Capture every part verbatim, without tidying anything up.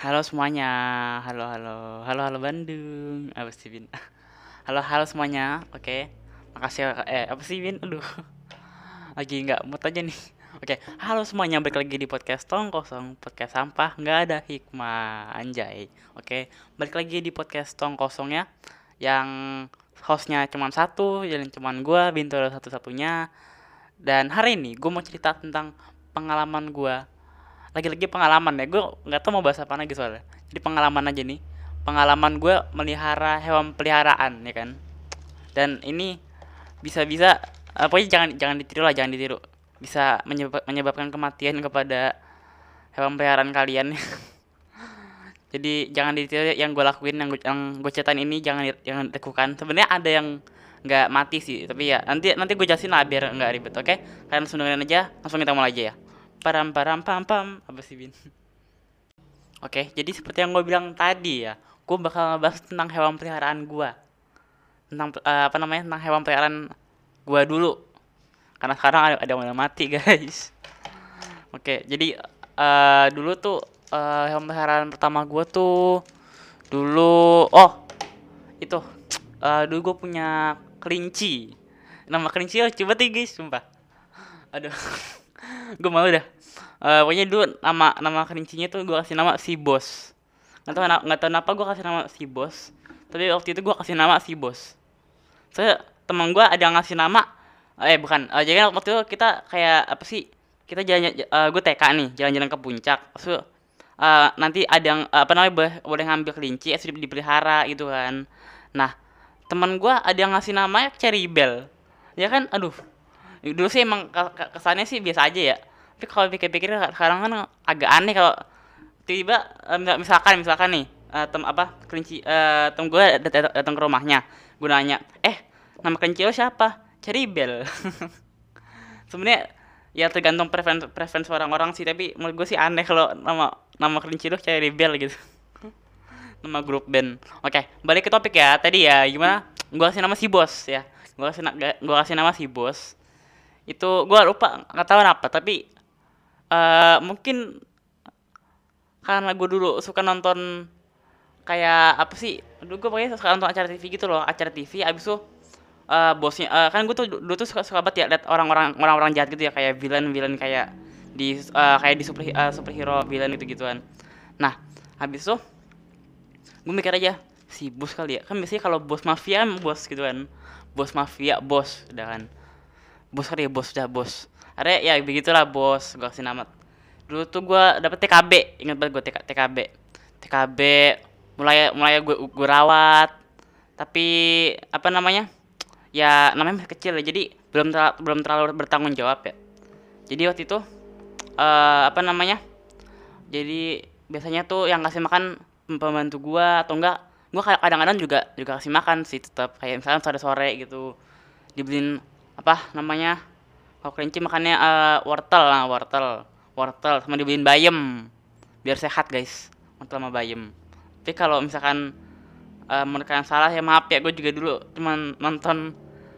Halo semuanya, halo halo, halo halo Bandung, apa sih Bin? Halo halo semuanya, oke. Makasih ya, Kak. Eh apa sih Bin? Aduh, lagi nggak mood aja nih. Oke, halo semuanya, balik lagi di podcast Tong Kosong, podcast sampah nggak ada hikmah, anjay. Oke, balik lagi di podcast Tong Kosong ya, yang hostnya cuma satu, dan cuma gua, Bintoro satu-satunya. Dan hari ini gue mau cerita tentang pengalaman gua, lagi-lagi pengalaman ya, gue nggak tahu mau bahas apa lagi soalnya, jadi pengalaman aja nih, pengalaman gue melihara hewan peliharaan ya kan. Dan ini bisa-bisa eh, pokoknya jangan jangan ditiru lah, jangan ditiru, bisa menyebab, menyebabkan kematian kepada hewan peliharaan kalian. Jadi jangan ditiru yang gue lakuin, yang gue yang gue ceritain ini, jangan jangan lakukan. Sebenarnya ada yang nggak mati sih, tapi ya nanti nanti gue jelasin lah biar nggak ribet. Oke, kalian langsung dengerin aja, langsung kita mulai aja ya. Param param pam pam, apa sih Bin? Oke, jadi seperti yang gue bilang tadi ya, gue bakal ngebahas tentang hewan peliharaan gue, tentang eh, apa namanya, tentang hewan peliharaan gue dulu, karena sekarang ada, ada yang udah mati guys. Oke, jadi eh, dulu tuh eh, hewan peliharaan pertama gue tuh dulu, oh itu, eh, dulu gue punya kelinci, nama kelinci oh coba tuh guys, sumpah, aduh, gue malu dah. Eh, pokoknya dulu nama nama kelincinya tuh gue kasih nama si bos. Nggak tahu nggak tahu kenapa gue kasih nama si bos, tapi waktu itu gue kasih nama si bos. Saya teman gue ada yang ngasih nama, eh bukan, eh, jadi kan waktu itu kita kayak apa sih, kita jalan, eh, gue T K nih, jalan-jalan ke puncak. Terus eh, nanti ada yang eh, apa namanya, boleh, boleh ngambil kelinci, eh, sudah dipelihara gitu kan. Nah, teman gue ada yang ngasih namanya Cherry Bell, ya kan. Aduh, dulu sih emang kesannya sih biasa aja ya, tapi kalau pikir-pikir sekarang kan agak aneh kalau tiba, eh, misalkan misalkan nih, eh, tem apa kelinci, eh, tem gue datang ke rumahnya, gue nanya, eh nama kelinci lo siapa? Cherry Bell. Sebenarnya ya tergantung preferensi preferensi orang-orang sih, tapi menurut gue sih aneh kalau nama nama kelinci lo Cherry Bell gitu. Nama grup band. Oke, balik ke topik ya tadi ya, gimana gue kasih nama si bos ya, gue kasih gue kasih nama si bos. Itu gue lupa nggak tahu kenapa, tapi eh mungkin karena gue dulu suka nonton kayak apa sih, dulu gue pokoknya suka nonton acara T V gitu loh, acara T V abis itu eh, bosnya, eh, kan gue tuh dulu tuh suka suka banget ya liat orang-orang orang-orang jahat gitu ya, kayak villain villain kayak di eh, kayak di super eh, superhero villain gitu gituan. Nah, habis itu gue mikir aja, si bos kali ya, kan biasanya kalau bos mafia kan bos gitu kan, bos mafia bos udah kan, bos kali ya, bos udah bos, ada ya begitulah bos, gue kasih nama. Dulu tuh gue dapet T K B, ingat banget gue TK, TKB TKB, mulai mulai gue gue rawat, tapi apa namanya, ya namanya masih kecil ya, jadi belum terla- belum terlalu bertanggung jawab ya. Jadi waktu itu eh, apa namanya, jadi biasanya tuh yang kasih makan pembantu gua, atau enggak gua kadang-kadang juga juga kasih makan sih, tetap kayak misalnya sore-sore gitu dibeliin apa namanya, kalau kelinci makannya eh, wortel, lah wortel, wortel sama dibeliin bayam biar sehat guys, wortel sama bayam. Tapi kalau misalkan eh, menurut kalian salah ya maaf ya, gue juga dulu cuman nonton,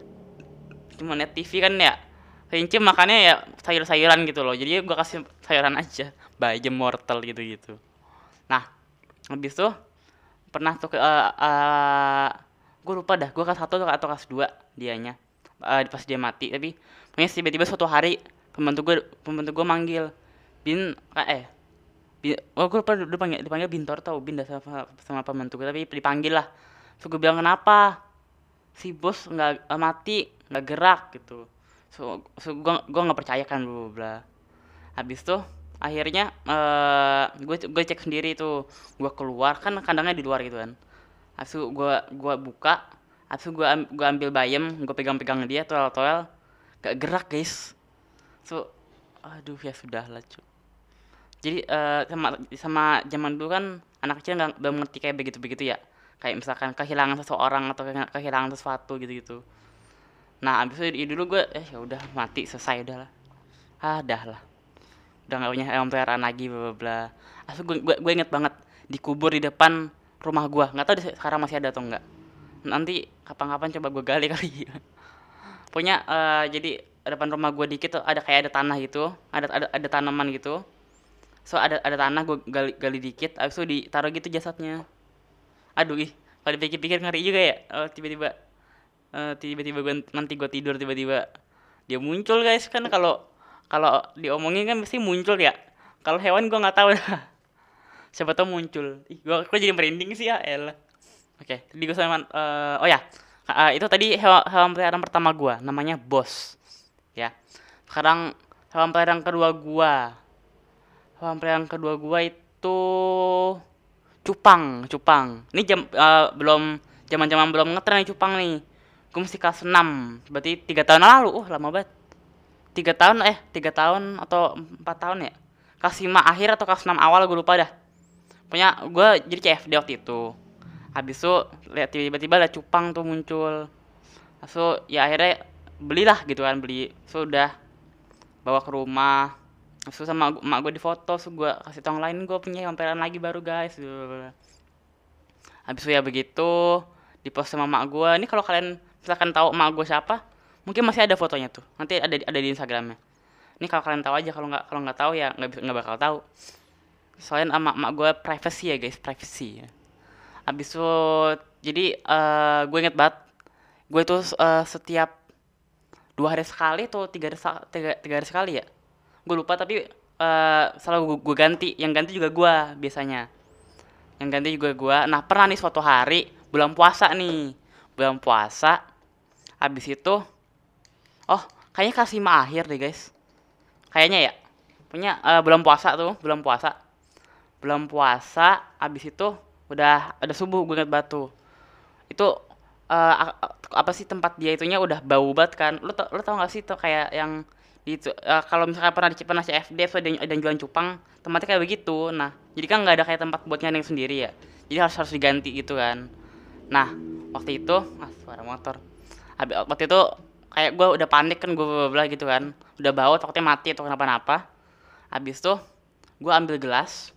cuma net T V kan ya, kelinci makannya ya sayur-sayuran gitu loh, jadi gue kasih sayuran aja, bayam, wortel gitu-gitu. Nah, habis itu pernah tuh ke uh, uh, gue lupa dah, gue kelas satu atau kelas dua dianya, uh, pas dia mati. Tapi pokoknya tiba-tiba suatu hari pembantu gue pembantu gue manggil, bin, eh bin, oh gue lupa dipanggil, dipanggil Bintor tau, bin dah sama, sama pembantu gue, tapi dipanggil lah. So gue bilang, kenapa si bos nggak uh, mati, nggak gerak gitu. So, so gue gue nggak percaya kan, bla bla bla. Habis tuh akhirnya eh gue gue cek sendiri tuh, gue keluar kan kandangnya di luar gitu kan. Habis itu gue gue buka, habis itu gue gue ambil bayam, gue pegang-pegang dia toel-toel, gak gerak guys. So aduh ya sudah lah cu. Jadi eh, sama sama zaman dulu kan anak kecil nggak belum ngerti kayak begitu-begitu ya, kayak misalkan kehilangan seseorang atau kehilangan sesuatu gitu-gitu. Nah abis itu dulu gue, eh ya udah mati selesai udah lah, ah dah lah, udah nggak punya hewan peliharaan lagi bla bla bla. Asli gue, gue gue inget banget dikubur di depan rumah gue, nggak tahu sekarang masih ada atau enggak, nanti kapan-kapan coba gue gali kali. Pokoknya eh, jadi depan rumah gue dikit tuh ada kayak ada tanah gitu, ada ada, ada tanaman gitu, So ada ada tanah gue gali, gali dikit, abis itu ditaruh gitu jasadnya. Aduh ih, kalau dipikir-pikir ngeri juga ya. Oh, tiba-tiba eh, tiba-tiba gua, nanti gue tidur tiba-tiba dia muncul guys, kan kalau kalau diomongin kan mesti muncul ya. Kalau hewan gue nggak tahu dah. Siapa tahu muncul. Ih, gua, gua jadi merinding sih ya, elah. Oke, tadi gue sama eh, oh ya. Ah, itu tadi hewan, hewan peliharaan pertama gua, namanya Bos. Ya. Sekarang hewan peliharaan kedua gua. Hewan peliharaan kedua gua itu cupang, cupang. Ini jam eh, belum zaman-zaman belum ngetren nih cupang nih. Gue mesti kelas enam, berarti tiga tahun lalu. Uh, lama banget. Tiga tahun eh tiga tahun atau empat tahun ya? Kelas lima akhir atau kelas enam awal gue lupa dah. Pokoknya gue jadi C F D waktu itu. Habis itu lihat tiba-tiba ada cupang tuh muncul. So ya akhirnya belilah gitu kan, beli. So udah bawa ke rumah. So sama emak gue di foto, so gue kasih tau yang lain gue punya hewan lagi baru guys. Habis itu ya begitu di post sama emak gue. Ini kalau kalian misalkan tahu emak gue siapa, mungkin masih ada fotonya tuh. Nanti ada ada di Instagramnya. Ini kalau kalian tahu aja, kalau nggak kalau nggak tahu ya nggak bisa nggak bakal tahu. Soalnya emak emak gue privacy ya guys, privacy ya. Habis itu jadi eh gue inget banget, gue itu eh, setiap dua hari sekali atau tiga hari, tiga, tiga hari sekali ya, gue lupa tapi eh selalu gue, gue ganti, yang ganti juga gue biasanya, yang ganti juga gue. Nah pernah nih suatu hari bulan puasa nih, bulan puasa, habis itu oh kayaknya kelas lima akhir deh guys, kayaknya ya, punya eh, bulan puasa tuh, bulan puasa, bulan puasa, habis itu udah ada subuh gue ngeliat batu itu eh, apa sih tempat dia itunya udah bau banget kan. Lu tau, lu tau gak sih tuh kayak yang di itu eh, kalau misalkan pernah di pernah C F D so ada, ada yang jualan cupang tempatnya kayak begitu. Nah jadi kan nggak ada kayak tempat buat nyanding sendiri ya, jadi harus harus diganti gitu kan. Nah waktu itu ah suara motor, habis waktu itu kayak gue udah panik kan, gue belah gitu kan, udah bau takutnya mati atau kenapa-napa. Habis tuh gue ambil gelas.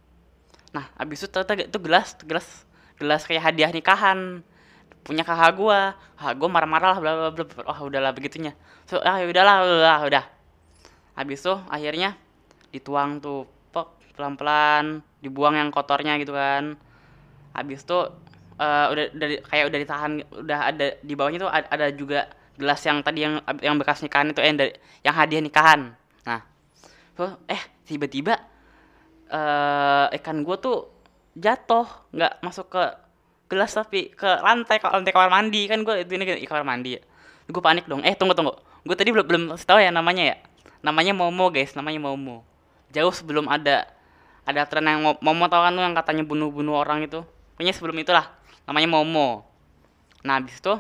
Nah habis itu ternyata itu gelas gelas gelas kayak hadiah nikahan punya kakak gua. Kakak gua marah-marah lah, bla bla bla. Oh udahlah begitunya. So ah ya udahlah, udah udah. Habis tuh akhirnya dituang tuh pok pelan-pelan, dibuang yang kotornya gitu kan. Habis tuh eh, udah dari kayak udah ditahan, udah ada di bawahnya tuh ada, ada juga gelas yang tadi yang yang bekas nikahan itu, eh yang, dari, yang hadiah nikahan. Nah tuh eh tiba-tiba eh ikan gua tuh jatuh, nggak masuk ke gelas tapi ke lantai, ke lantai kamar mandi kan. Gue itu ini di kamar mandi ya, gue panik dong. Eh tunggu tunggu, gue tadi belum belum kasih tahu ya namanya ya. Namanya Momo guys, namanya Momo. Jauh sebelum ada ada tren yang Mo- Momo, tau kan tuh yang katanya bunuh-bunuh orang itu. Pokoknya sebelum itulah, namanya Momo. Nah habis itu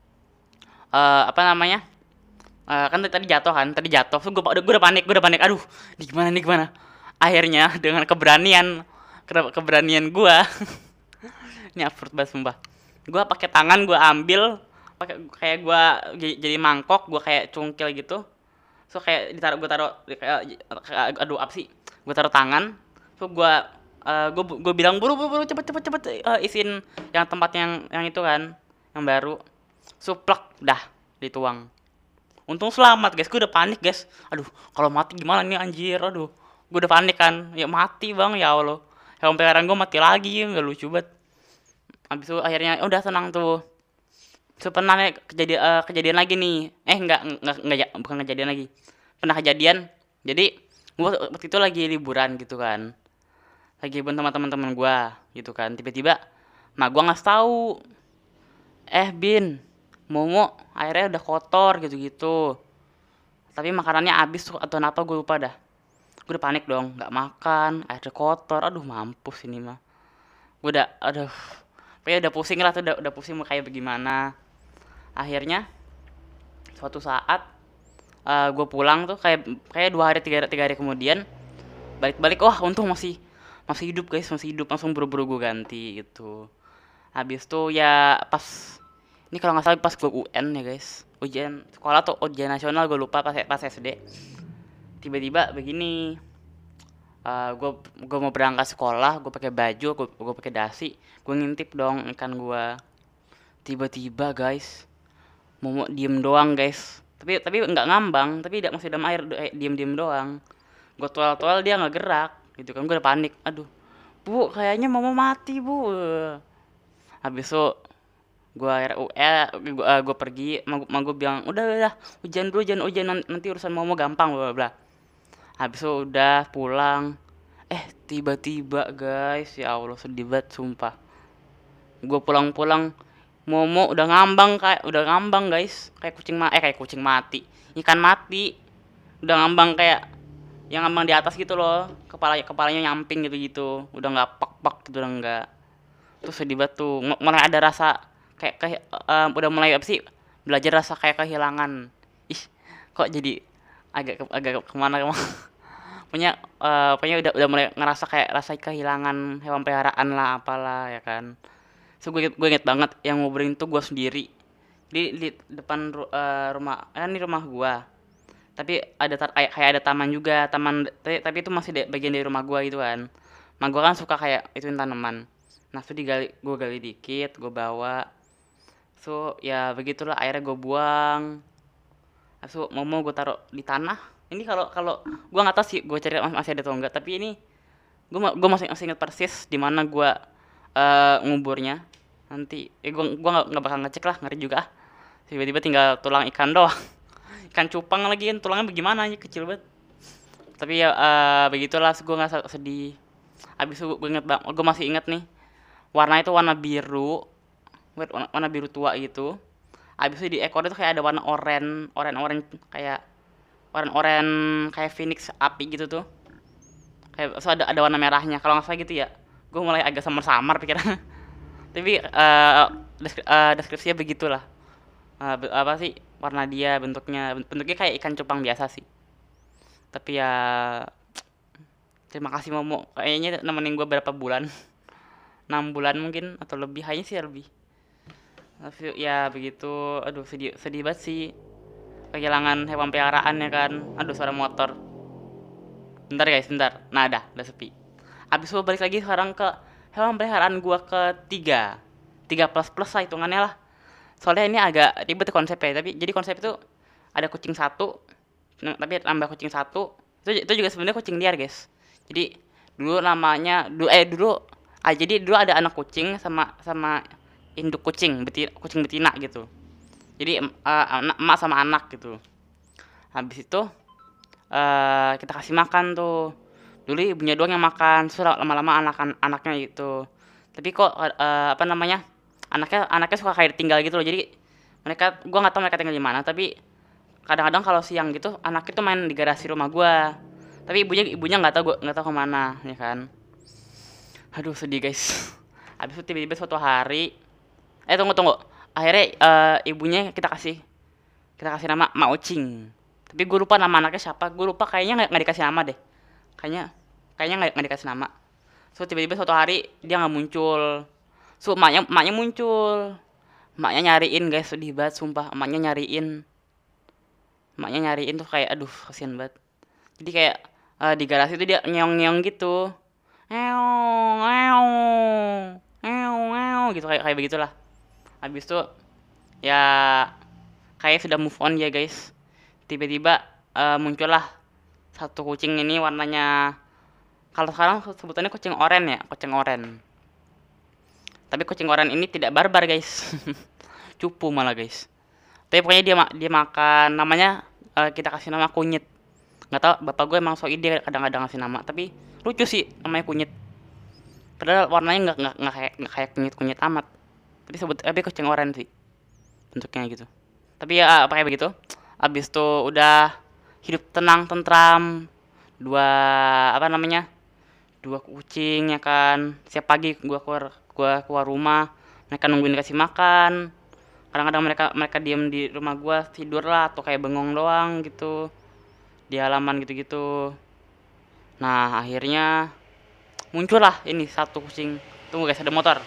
eh, apa namanya, Eh, kan tadi jatuh kan, tadi jatuh. So, gue gue udah panik, gue udah panik. Aduh, di gimana nih gimana? Akhirnya dengan keberanian ke- keberanian gue, ini absurd banget sumpah. Gue pakai tangan, gue ambil, pakai kayak gue jadi mangkok, gue kayak cungkil gitu. So kayak ditaruh, gue taruh kayak, kayak aduh apa sih? Gue taruh tangan. So gue uh, gue gue bilang buru buru buru cepet cepet cepet uh, isin yang tempat yang yang itu kan, yang baru. So plak dah dituang. Untung selamat guys, gue udah panik guys. Aduh, kalau mati gimana nih anjir, aduh. Gue udah panik kan, ya mati bang, ya Allah. Hewan peliharaan gue mati lagi, nggak lucu banget. Habis itu akhirnya udah tenang tuh. So pernah nih kejadian eh, kejadian lagi nih. Eh enggak enggak enggak ya, bukan kejadian lagi. Pernah kejadian. Jadi gua waktu itu lagi liburan gitu kan. Lagi liburan sama teman-teman gua gitu kan. Tiba-tiba mak gua ngasih tahu, "Eh, Bin, Momo airnya udah kotor gitu-gitu. Tapi makanannya habis tuh atau apa gue lupa dah." Gue udah panik dong, nggak makan, airnya kotor. Aduh, mampus ini mah. Gue udah aduh, pokoknya udah pusing lah tuh, udah, udah pusing mau kayak bagaimana. Akhirnya suatu saat uh, gue pulang tuh kayak kayak dua hari tiga, tiga hari kemudian balik-balik, wah untung masih masih hidup guys, masih hidup. Langsung buru-buru gue ganti gitu. Habis tuh ya pas ini kalau nggak salah pas gue U N ya guys, ujian sekolah tuh ujian nasional, gue lupa pas pas S D. Tiba-tiba begini, uh, gue gue mau berangkat sekolah, gue pakai baju, gue gue pakai dasi, gue ngintip dong ikan gue. Tiba-tiba guys, Momo diem doang guys, tapi tapi nggak ngambang, tapi tidak masih dalam air, eh, diem diem doang. Gue toel toel dia nggak gerak. gitu kan. Gue udah panik, aduh bu kayaknya mama mati bu. Habis itu gue akhirnya eh gue gue pergi, mau gue bilang udah udah hujan dulu, jangan hujan, nanti urusan mama gampang bla bla bla. Habis itu udah pulang, eh tiba-tiba guys, ya Allah sedih banget sumpah. Gue pulang-pulang, Momo udah ngambang, kayak udah ngambang guys, kayak kucing ma eh kayak kucing mati, ikan mati, udah ngambang kayak yang ngambang di atas gitu loh, kepala kepalanya nyamping gitu gitu, udah nggak pak pak gitu, udah nggak. Terus sedih banget tuh, mulai ada rasa kayak kayak eh, udah mulai apa sih, belajar rasa kayak kehilangan. Ih, kok jadi agak ke- agak kemana kemana. punya eh, punya udah udah mulai ngerasa kayak rasa kehilangan hewan peliharaan lah apalah ya kan. So gue gue inget banget yang ngobrolin tuh gue sendiri di, di depan ru- eh, rumah, kan ini rumah gue, tapi ada tar- kayak kayak ada taman juga, taman tapi, tapi itu masih de- bagian dari rumah gue gitu kan. Nah gue kan suka kayak ituin tanaman, nah tuh digali, gue gali dikit gue bawa. So ya begitulah, akhirnya gue buang. So mau mau gue taruh di tanah. Ini kalau kalau gue nggak tahu sih gue cari masih ada atau enggak, tapi ini gue gue masih masih ingat persis di mana gue eh, nguburnya. Nanti eh gue gue nggak nggak bakal ngecek lah, ngeri juga ah. Tiba-tiba tinggal tulang ikan doang. Ikan cupang lagi kan, tulangnya bagaimana aja kecil banget. Tapi ya eh, begitulah, gue nggak sedih. Abis itu gue inget bang, gue masih inget nih, warna itu warna biru. Wait, warna, warna biru tua gitu. Abis itu di ekornya tuh kayak ada warna oranye, oranye oranye kayak oranye oranye kayak phoenix api gitu tuh. Kayak so ada ada warna merahnya kalau nggak salah gitu ya. Gue mulai agak samar-samar pikiran. Tapi eh, deskri- eh, deskripsinya begitulah. Eh, be- apa sih warna dia, bentuknya bentuknya kayak ikan cupang biasa sih. Tapi ya terima kasih Momo, kayaknya nemenin gue berapa bulan. Enam bulan mungkin atau lebih, kayaknya sih lebih. Tapi ya begitu, aduh sedih sedih banget sih, kehilangan hewan peliharaan ya kan. Aduh suara motor, bentar guys bentar, nah dah udah sepi. Abis itu balik lagi sekarang ke hewan peliharaan gua ketiga, tiga plus plus lah hitungannya lah. Soalnya ini agak ribet konsepnya, tapi jadi konsep itu ada kucing satu, nah, tapi tambah kucing satu, itu itu juga sebenarnya kucing liar guys. Jadi dulu namanya dulu eh dulu ah jadi dulu ada anak kucing sama sama induk kucing betina, kucing betina gitu. Jadi em- eh, anak emak sama anak gitu. Habis itu eh kita kasih makan tuh. Dulu ibunya doang yang makan, terus lama-lama anak anaknya itu. Tapi kok eh, apa namanya? Anaknya anaknya suka kayak tinggal gitu loh. Jadi mereka gua nggak tahu mereka tinggal di mana, tapi kadang-kadang kalau siang gitu anak itu main di garasi rumah gua. Tapi ibunya ibunya nggak tahu, gua nggak tahu kemana ya kan. Aduh sedih guys. Habis itu tiba-tiba suatu hari, eh tunggu tunggu, akhirnya eh, ibunya kita kasih kita kasih nama Mak Ucing. Tapi gue lupa nama anaknya siapa, gue lupa, kayaknya nggak nggak dikasih nama deh. Kayaknya kayaknya nggak nggak dikasih nama. So tiba-tiba suatu hari dia nggak muncul. So maknya maknya muncul, maknya nyariin guys, sedih banget sumpah, maknya nyariin maknya nyariin tuh kayak aduh kasihan banget. Jadi kayak eh, di garasi itu dia ngeong-ngeong gitu, eong eong eong eong gitu, kayak kayak begitulah. Habis itu ya kayak sudah move on ya guys. Tiba-tiba eh, muncullah satu kucing ini, warnanya kalau sekarang sebutannya kucing oren ya, kucing oren. Tapi kucing oren ini tidak barbar guys. Cupu malah guys. Tapi pokoknya dia ma- dia makan, namanya eh, kita kasih nama kunyit. Nggak tahu, bapak gue emang so ide kadang-kadang ngasih nama, tapi lucu sih namanya kunyit. Padahal warnanya nggak nggak nggak kayak nggak kayak kunyit kunyit amat. Tapi sebut tapi kucing oren sih bentuknya gitu. Tapi ya pakai begitu. Abis itu udah hidup tenang tentram, dua apa namanya, dua kucing ya kan. Siap pagi gua keluar gua keluar rumah, mereka nungguin dikasih makan. Kadang-kadang mereka mereka diem di rumah gua tidur lah atau kayak bengong doang gitu di halaman gitu-gitu. Nah akhirnya muncullah ini satu kucing. Tunggu guys, ada motor.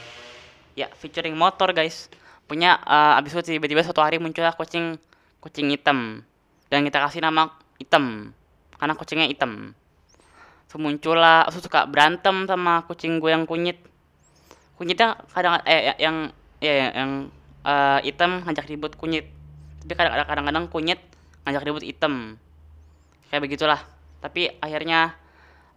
Ya featuring motor guys. Punya eh, abis itu tiba-tiba suatu hari muncullah kucing kucing hitam, dan kita kasih nama hitam karena kucingnya hitam. So, muncullah, aku suka berantem sama kucing gue yang kunyit. Kunyitnya kadang eh ya- yang ya ya, yang eh, hitam ngajak ribut kunyit. Tapi kadang- kadang-kadang kunyit ngajak ribut hitam. Kayak begitulah. Tapi akhirnya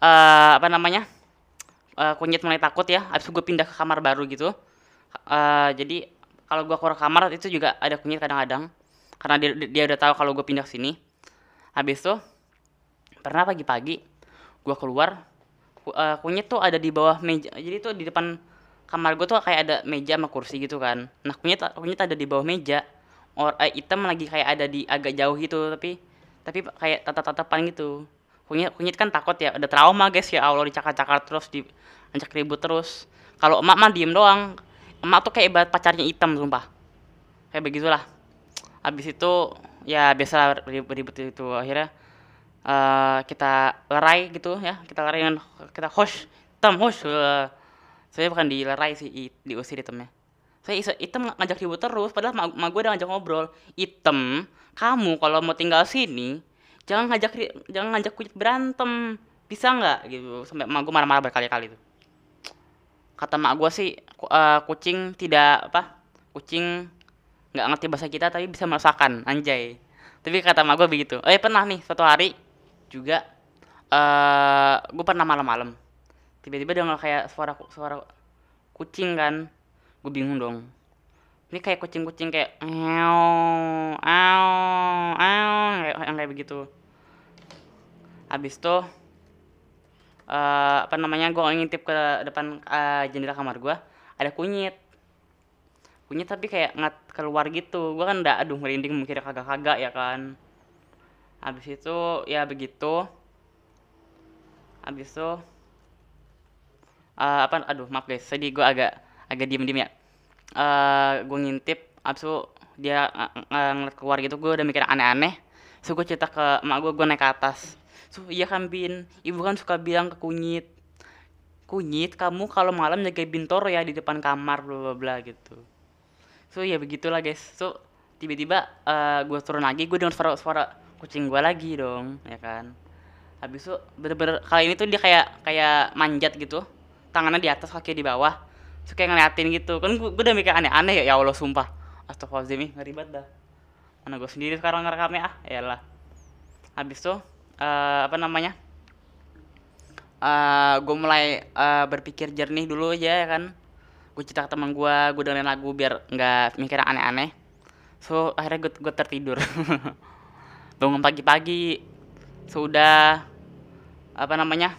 eh apa namanya, eh, kunyit mulai takut ya. Habis itu gue pindah ke kamar baru gitu. Eh jadi kalau gue keluar kamar itu juga ada kunyit kadang-kadang, karena dia, dia udah tahu kalau gue pindah ke sini. Habis itu pernah pagi-pagi gue keluar, ku- eh, kunyit tuh ada di bawah meja. Jadi tuh di depan kamar gue tuh kayak ada meja sama kursi gitu kan. Nah kunyit kunyit ada di bawah meja. Or eh, item lagi kayak ada di agak jauh gitu, tapi tapi kayak tatap-tatapan gitu. Kunyit kunyit kan takut ya, ada trauma guys, ya Allah, dicakar-cakar terus, di ajak ribut terus. Kalau emak mah diem doang. Emak tuh kayak ibarat pacarnya item sumpah. Kayak begitulah. Habis itu ya biasa ribut-ribut itu, akhirnya eh, kita lerai gitu ya, kita lerai dengan kita hosh item hosh. Eh, saya bukan dilerai sih, i- diusir itemnya. Saya iso item ngajak ribut terus, padahal ma, ma gue udah ngajak ngobrol. Item, kamu kalau mau tinggal sini jangan ngajak ri- jangan ngajak kucing berantem, bisa nggak gitu. Sampai ma gue marah-marah berkali-kali tuh. Kata mak gue sih, ku- eh, kucing tidak apa, kucing nggak ngerti bahasa kita tapi bisa merasakan, anjay. Tapi kata mak gue begitu. Eh pernah nih suatu hari juga, eh gue pernah malam-malam tiba-tiba denger kayak suara suara kucing kan. Gue bingung dong, ini kayak kucing-kucing kayak ew ew ew kayak yang kayak begitu. Habis tuh eh, apa namanya, gue ngintip ke depan eh, jendela kamar gue, ada kunyit. Kunyit tapi kayak ngat keluar gitu. Gue kan udah aduh merinding, mikirnya kagak-kagak ya kan. Habis itu ya begitu. Habis itu eh, apa, aduh maaf guys, sedih gue, agak agak diem-diem ya. Eh gue ngintip, abis itu dia ng- ng- ngeliat keluar gitu, gue udah mikir aneh-aneh. So gue cerita ke emak gue gue naik ke atas. So iya kan Bin, ibu kan suka bilang ke kunyit, kunyit kamu kalau malam jaga bintor ya di depan kamar bla bla bla gitu. So ya begitulah guys. So tiba-tiba eh, gue turun lagi, gue dengar suara suara kucing gue lagi dong ya kan. Habis itu bener-bener kali ini tuh dia kayak kayak manjat gitu, tangannya di atas kaki di bawah. Terus kayak ngeliatin gitu kan, gue, udah mikir aneh-aneh ya, ya Allah sumpah. Astagfirullahaladzim, ih, ngeri banget dah. Mana gue sendiri sekarang ngerekamnya, ah ya lah. Habis tuh eh, apa namanya, eh gue mulai eh, berpikir jernih dulu aja ya kan. Gue cerita ke teman gue gue dengerin lagu biar nggak mikir aneh-aneh. So akhirnya gue gue tertidur. Bangun pagi-pagi sudah apa namanya,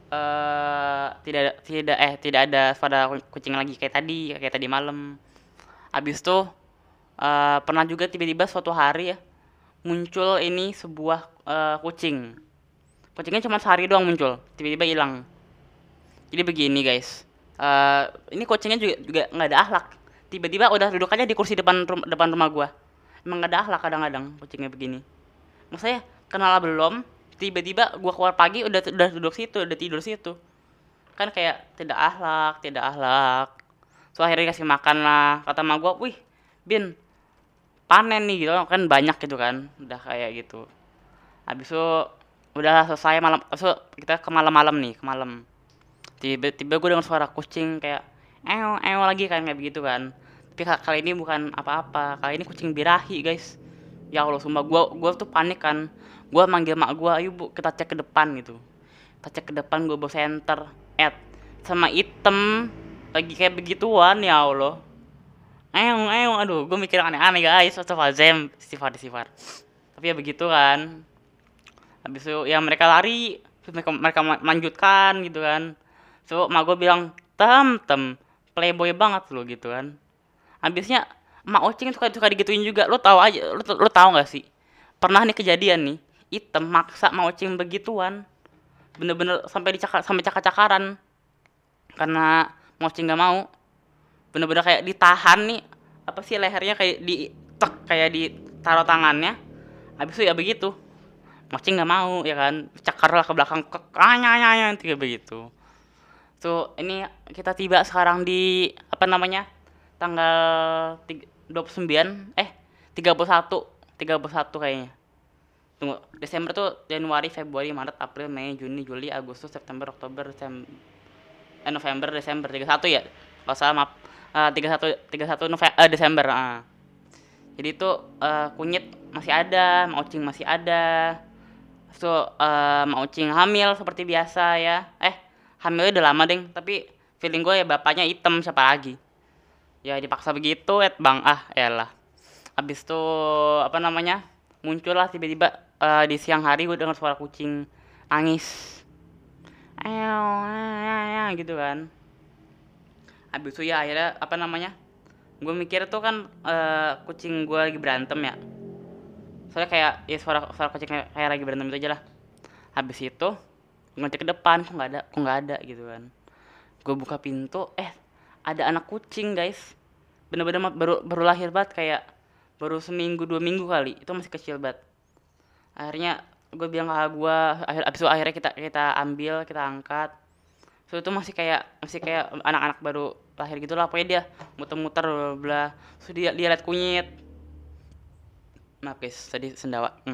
eh tidak tidak eh tidak ada suara kucing lagi kayak tadi kayak tadi malam. Habis tuh eh, pernah juga tiba-tiba suatu hari ya muncul ini sebuah eh, kucing. Kucingnya cuma sehari doang muncul, tiba-tiba hilang. Jadi begini guys, eh ini kucingnya juga juga nggak ada akhlak. Tiba-tiba udah duduk aja di kursi depan rum- depan rumah gua. Emang nggak ada akhlak kadang-kadang kucingnya begini. Maksudnya kenal belum, tiba-tiba gua keluar pagi udah udah duduk situ, udah tidur situ. Kan kayak tidak akhlak, tidak akhlak. So akhirnya kasih makan lah. Kata emak gua, "Wih, Bin, panen nih," gitu kan, banyak gitu kan. Udah kayak gitu. Habis itu udah selesai malam, habis itu kita ke malam-malam nih, ke malam. Tiba-tiba gue dengar suara kucing kayak ew ew lagi kan, kayak begitu kan. Tapi kali ini bukan apa-apa, kali ini kucing birahi guys. Ya Allah sumpah, gue gue tuh panik kan. Gue manggil mak gue, ayo bu kita cek ke depan gitu. Kita cek ke depan, gue bawa senter, Ed sama item lagi kayak begituan, ya Allah. Ew ew, aduh gue mikir aneh-aneh guys. Astagfirullahaladzim, istighfar istighfar. Tapi ya begitu kan. Habis itu ya mereka lari, terus mereka mereka lanjutkan gitu kan. So mak gue bilang, tem tem playboy banget lo gitu kan. Habisnya mak Ocing suka suka digituin juga. Lo tahu aja, lo, lo tahu nggak sih, pernah nih kejadian nih, item maksa mak Ocing begituan, bener-bener sampai dicakar, sampai cakar-cakaran, karena mak Ocing nggak mau. Bener-bener kayak ditahan nih, apa sih, lehernya kayak di tek, kayak ditaruh tangannya. Habis itu ya begitu, Mocing nggak mau ya kan, cakar lah ke belakang, ke kayak kayak begitu. Tuh ini kita tiba sekarang di apa namanya, tanggal dua puluh sembilan, eh tiga puluh satu, tiga puluh satu kayaknya. Tunggu, Desember tuh Januari, Februari, Maret, April, Mei, Juni, Juli, Agustus, September, Oktober, Desember, eh, November, Desember, tiga puluh satu ya. Kalau salah maaf. Eh, tiga puluh satu tiga puluh satu November, eh, Desember. ah. Jadi itu eh, kunyit masih ada, maucing masih ada. So, eee, Maucing hamil seperti biasa ya, eh, hamilnya udah lama deng, tapi feeling gue ya bapaknya hitam siapa lagi. Ya dipaksa begitu et Bang, ah elah. Habis itu apa namanya, muncullah tiba-tiba, eee, di siang hari gue dengar suara kucing nangis, gitu kan. Habis itu ya akhirnya apa namanya, gue mikir tuh kan, eee, kucing gue lagi berantem ya. Soalnya kayak ya suara suara kucing kayak kayak lagi berantem itu aja lah. Habis itu ngecek ke depan, kok nggak ada kok nggak ada gitu kan. Gue buka pintu, eh ada anak kucing guys. Bener-bener ma- baru baru lahir banget, kayak baru seminggu dua minggu kali, itu masih kecil banget. Akhirnya gue bilang ke kakak gue, akhir abis itu akhirnya kita kita ambil, kita angkat. So itu masih kayak masih kayak anak-anak baru lahir gitu lah, pokoknya dia muter-muter bla bla bla. So dia dia liat kunyit. Maaf guys, tadi sendawa. Hmm.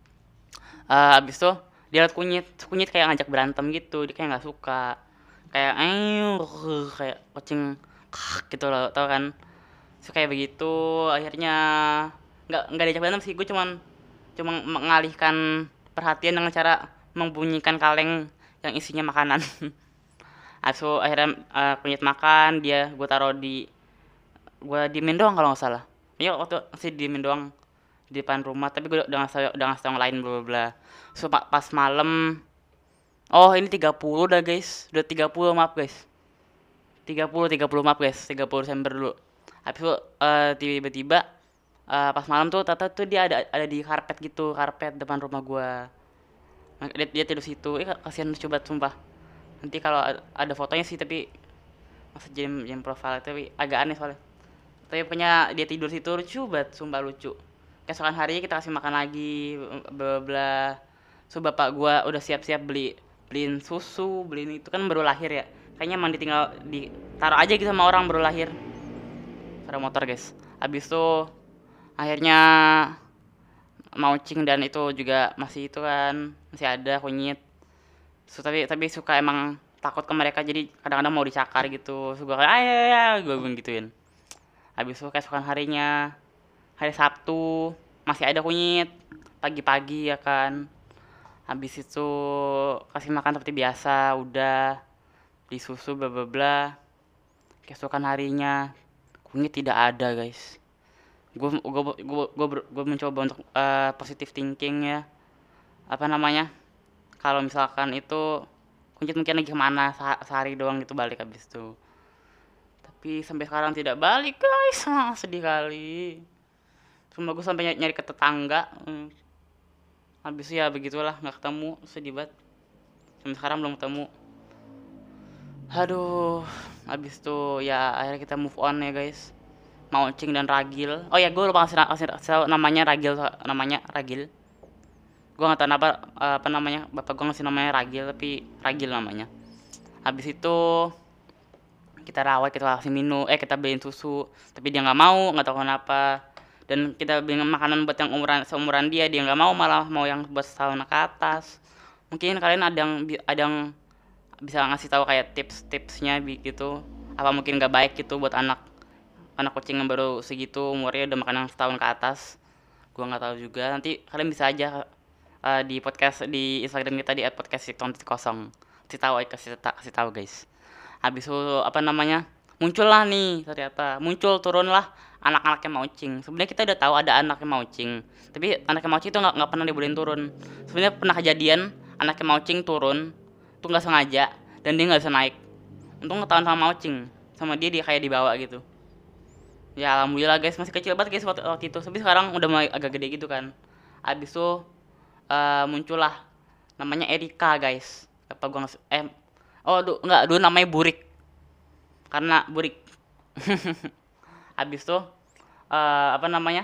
Eh, abis itu dia liat kunyit, kunyit kayak ngajak berantem gitu, dia kayak nggak suka. Kayak ayo kayak kucing gitu loh, tau kan? So kayak begitu, akhirnya nggak nggak diajak berantem sih, gue cuman cuma mengalihkan perhatian dengan cara membunyikan kaleng yang isinya makanan. Asu akhirnya eh, kunyit makan, dia gue taruh di, gue diemin doang kalau nggak salah. Iya waktu sih diemin doang di depan rumah, tapi gue udah ngasih udah ngasih yang lain bla bla bla. So pa- pas malam, oh ini tiga puluh dah guys, udah tiga puluh, maaf guys. tiga puluh tiga puluh maaf guys, tiga puluh Desember dulu. Habis itu eh, tiba-tiba eh, pas malam tuh tata tuh dia ada ada di karpet gitu, karpet depan rumah gua. Nah, Dia, dia tidur situ. Eh kasihan coba sumpah. Nanti kalau a- ada fotonya sih, tapi masa jam jam profile, tapi agak aneh soalnya. Tapi pokoknya dia tidur situ lucu banget, sumpah lucu. Keesokan harinya kita kasih makan lagi, bla bla bla. So bapak gua udah siap-siap beli beliin susu, beliin itu kan baru lahir ya. Kayaknya emang ditinggal ditaruh aja gitu sama orang baru lahir. Sepeda motor guys. Habis itu akhirnya Maucing dan itu juga masih itu kan masih ada kunyit. So, tapi tapi suka emang takut ke mereka, jadi kadang-kadang mau dicakar gitu. So, gue kayak ayo ya gue gituin. Habis itu keesokan harinya hari Sabtu masih ada kunyit pagi-pagi ya kan. Habis itu kasih makan seperti biasa, udah disusu bla bla bla. Keesokan harinya kunyit tidak ada guys. Gue gue gue gue gue mencoba untuk eh, positive thinking ya, apa namanya, kalau misalkan itu kuncit mungkin lagi kemana sehari doang gitu balik habis itu, tapi sampai sekarang tidak balik guys. Ah, sedih kali. Cuma gue sampai nyari, nyari ke tetangga. Hmm. Habis itu ya begitulah, nggak ketemu, sedih banget. Sampai sekarang belum ketemu. Aduh. Habis itu ya akhirnya kita move on ya guys. Maucing dan Ragil. Oh ya, gue lupa kasih, kasih, kasih namanya Ragil, namanya Ragil. Gue nggak tahu kenapa eh, apa namanya, bapak gue ngasih namanya Ragil, tapi Ragil namanya. Habis itu kita rawat, kita kasih minum, eh kita beliin susu, tapi dia nggak mau, nggak tahu kenapa. Dan kita beliin makanan buat yang umuran seumuran dia, dia nggak mau, malah mau yang buat setahun ke atas. Mungkin kalian ada yang ada yang bisa ngasih tahu kayak tips-tipsnya gitu. Apa mungkin nggak baik gitu buat anak anak kucing yang baru segitu umurnya udah makan yang setahun ke atas. Gua nggak tahu juga. Nanti kalian bisa aja eh, di podcast di Instagram kita di @podcast kosong. Kasih tahu, kasih ta- kasih tahu guys. Habis itu apa namanya? Muncullah nih ternyata. Muncul turunlah anak-anaknya Maucing. Sebenarnya kita udah tahu ada anaknya Maucing. Tapi anaknya Maucing itu nggak nggak pernah dibolehin turun. Sebenarnya pernah kejadian anaknya Maucing turun tuh nggak sengaja dan dia nggak bisa naik. Untung ketahuan sama Maucing. Sama dia dia kayak dibawa gitu. Ya alhamdulillah guys, masih kecil banget guys waktu, waktu itu. Tapi sekarang udah mulai agak gede gitu kan. Habis itu eh, muncullah namanya Erika guys. Apa gua nggak eh oh du, enggak, dulu namanya Burik karena Burik. Habis itu eh, apa namanya,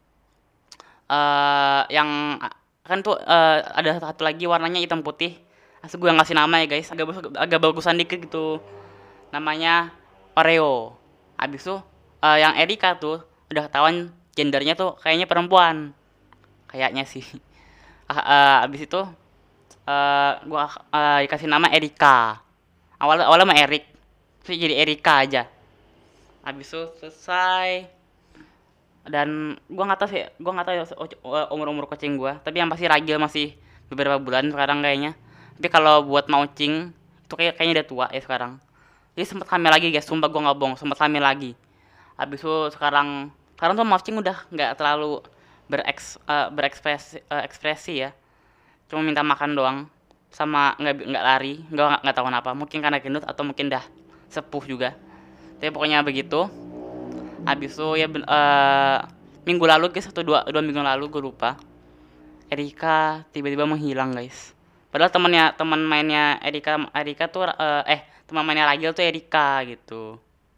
eh yang kan tuh eh, ada satu lagi warnanya hitam putih. Asli gue yang ngasih nama ya guys, agak agak bagusan dikit gitu. Namanya Oreo. Habis itu eh, yang Erika tuh udah ketahuan gendernya tuh kayaknya perempuan. Kayaknya sih. Ah, eh, habis itu eh gua eh, dikasih nama Erika. Awalnya awalnya mah Erik. Terus jadi Erika aja. Habis itu selesai, dan gua nggak tahu sih, gua nggak tahu ya umur umur kucing gua, tapi yang pasti Ragil masih beberapa bulan sekarang kayaknya. Tapi kalau buat maucing itu kayak kayaknya udah tua ya sekarang. Jadi sempat hamil lagi guys, sumpah gua nggak bohong, sempat hamil lagi. Habis itu sekarang sekarang tuh maucing udah nggak terlalu bereks eh, berekspresi eh, ekspresi ya. Cuma minta makan doang sama nggak nggak lari, nggak nggak tahu kenapa. Mungkin karena gendut atau mungkin dah sepuh juga. Tapi pokoknya begitu. Habis itu ya ben- eh, minggu lalu guys, atau dua dua minggu lalu gue lupa. Erika tiba-tiba menghilang guys. Padahal temannya teman mainnya Erika Erika tuh eh, eh teman mainnya Ragil tuh Erika gitu.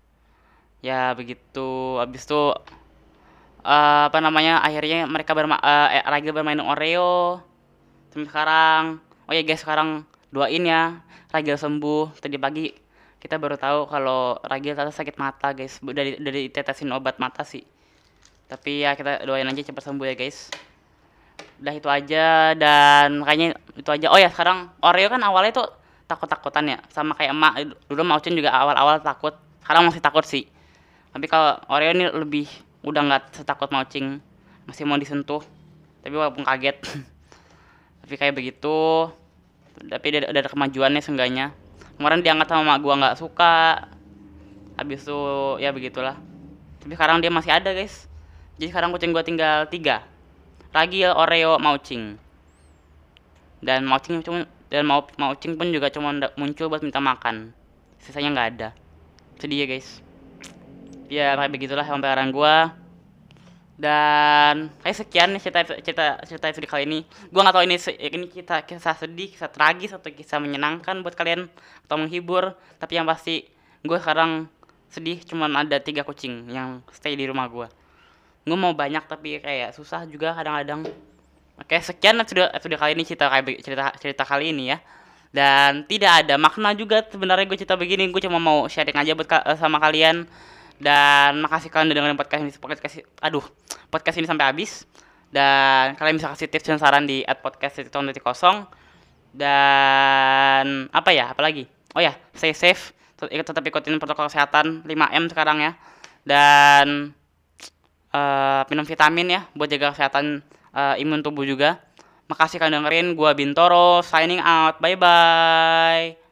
Ya begitu. Habis itu eh, apa namanya, akhirnya mereka berma eh, eh, Ragil bermain Oreo sampai sekarang. Oh ya guys, sekarang doain ya Ragil sembuh. Tadi pagi kita baru tahu kalau Ragil ternyata sakit mata guys. Dari dari ditetesin obat mata sih. Tapi ya kita doain aja cepat sembuh ya guys. Udah itu aja, dan kayaknya itu aja. Oh ya, sekarang Oreo kan awalnya tuh takut-takutan ya, sama kayak emak dulu. Maucin juga awal-awal takut, sekarang masih takut sih. Tapi kalau Oreo ini lebih udah nggak setakut Maucing, masih mau disentuh. Tapi walaupun kaget. Tapi kayak begitu. Tapi udah, udah ada kemajuannya seenggaknya. Kemarin diangkat sama mak gua nggak suka. Habis itu ya begitulah. Tapi sekarang dia masih ada guys. Jadi sekarang kucing gua tinggal tiga. Ragil, Oreo, Maucing. Dan Maucing cuma dan mau Maucing pun juga cuma muncul buat minta makan. Sisanya nggak ada. Sedih ya guys. Ya kayak begitulah pemeliharaan gua. Dan kayak sekian nih cerita cerita cerita episode kali ini. Gua nggak tahu ini ini kita kisah sedih, kisah tragis, atau kisah menyenangkan buat kalian atau menghibur. Tapi yang pasti gue sekarang sedih, cuman ada tiga kucing yang stay di rumah gua. Gue mau banyak tapi kayak susah juga kadang-kadang. Oke, sekian episode episode kali ini, cerita cerita cerita kali ini ya. Dan tidak ada makna juga sebenarnya gue cerita begini. Gue cuma mau sharing aja buat sama kalian. Dan makasih kalian udah dengerin podcast ini, podcast aduh podcast ini sampai habis. Dan kalian bisa kasih tips dan saran di at podcast tahun detik kosong. Dan apa ya, apalagi, oh ya, stay safe, tetap ikutin protokol kesehatan lima M sekarang ya. Dan uh, minum vitamin ya buat jaga kesehatan uh, imun tubuh juga. Makasih kalian dengerin, gua Bintoro signing out, bye bye.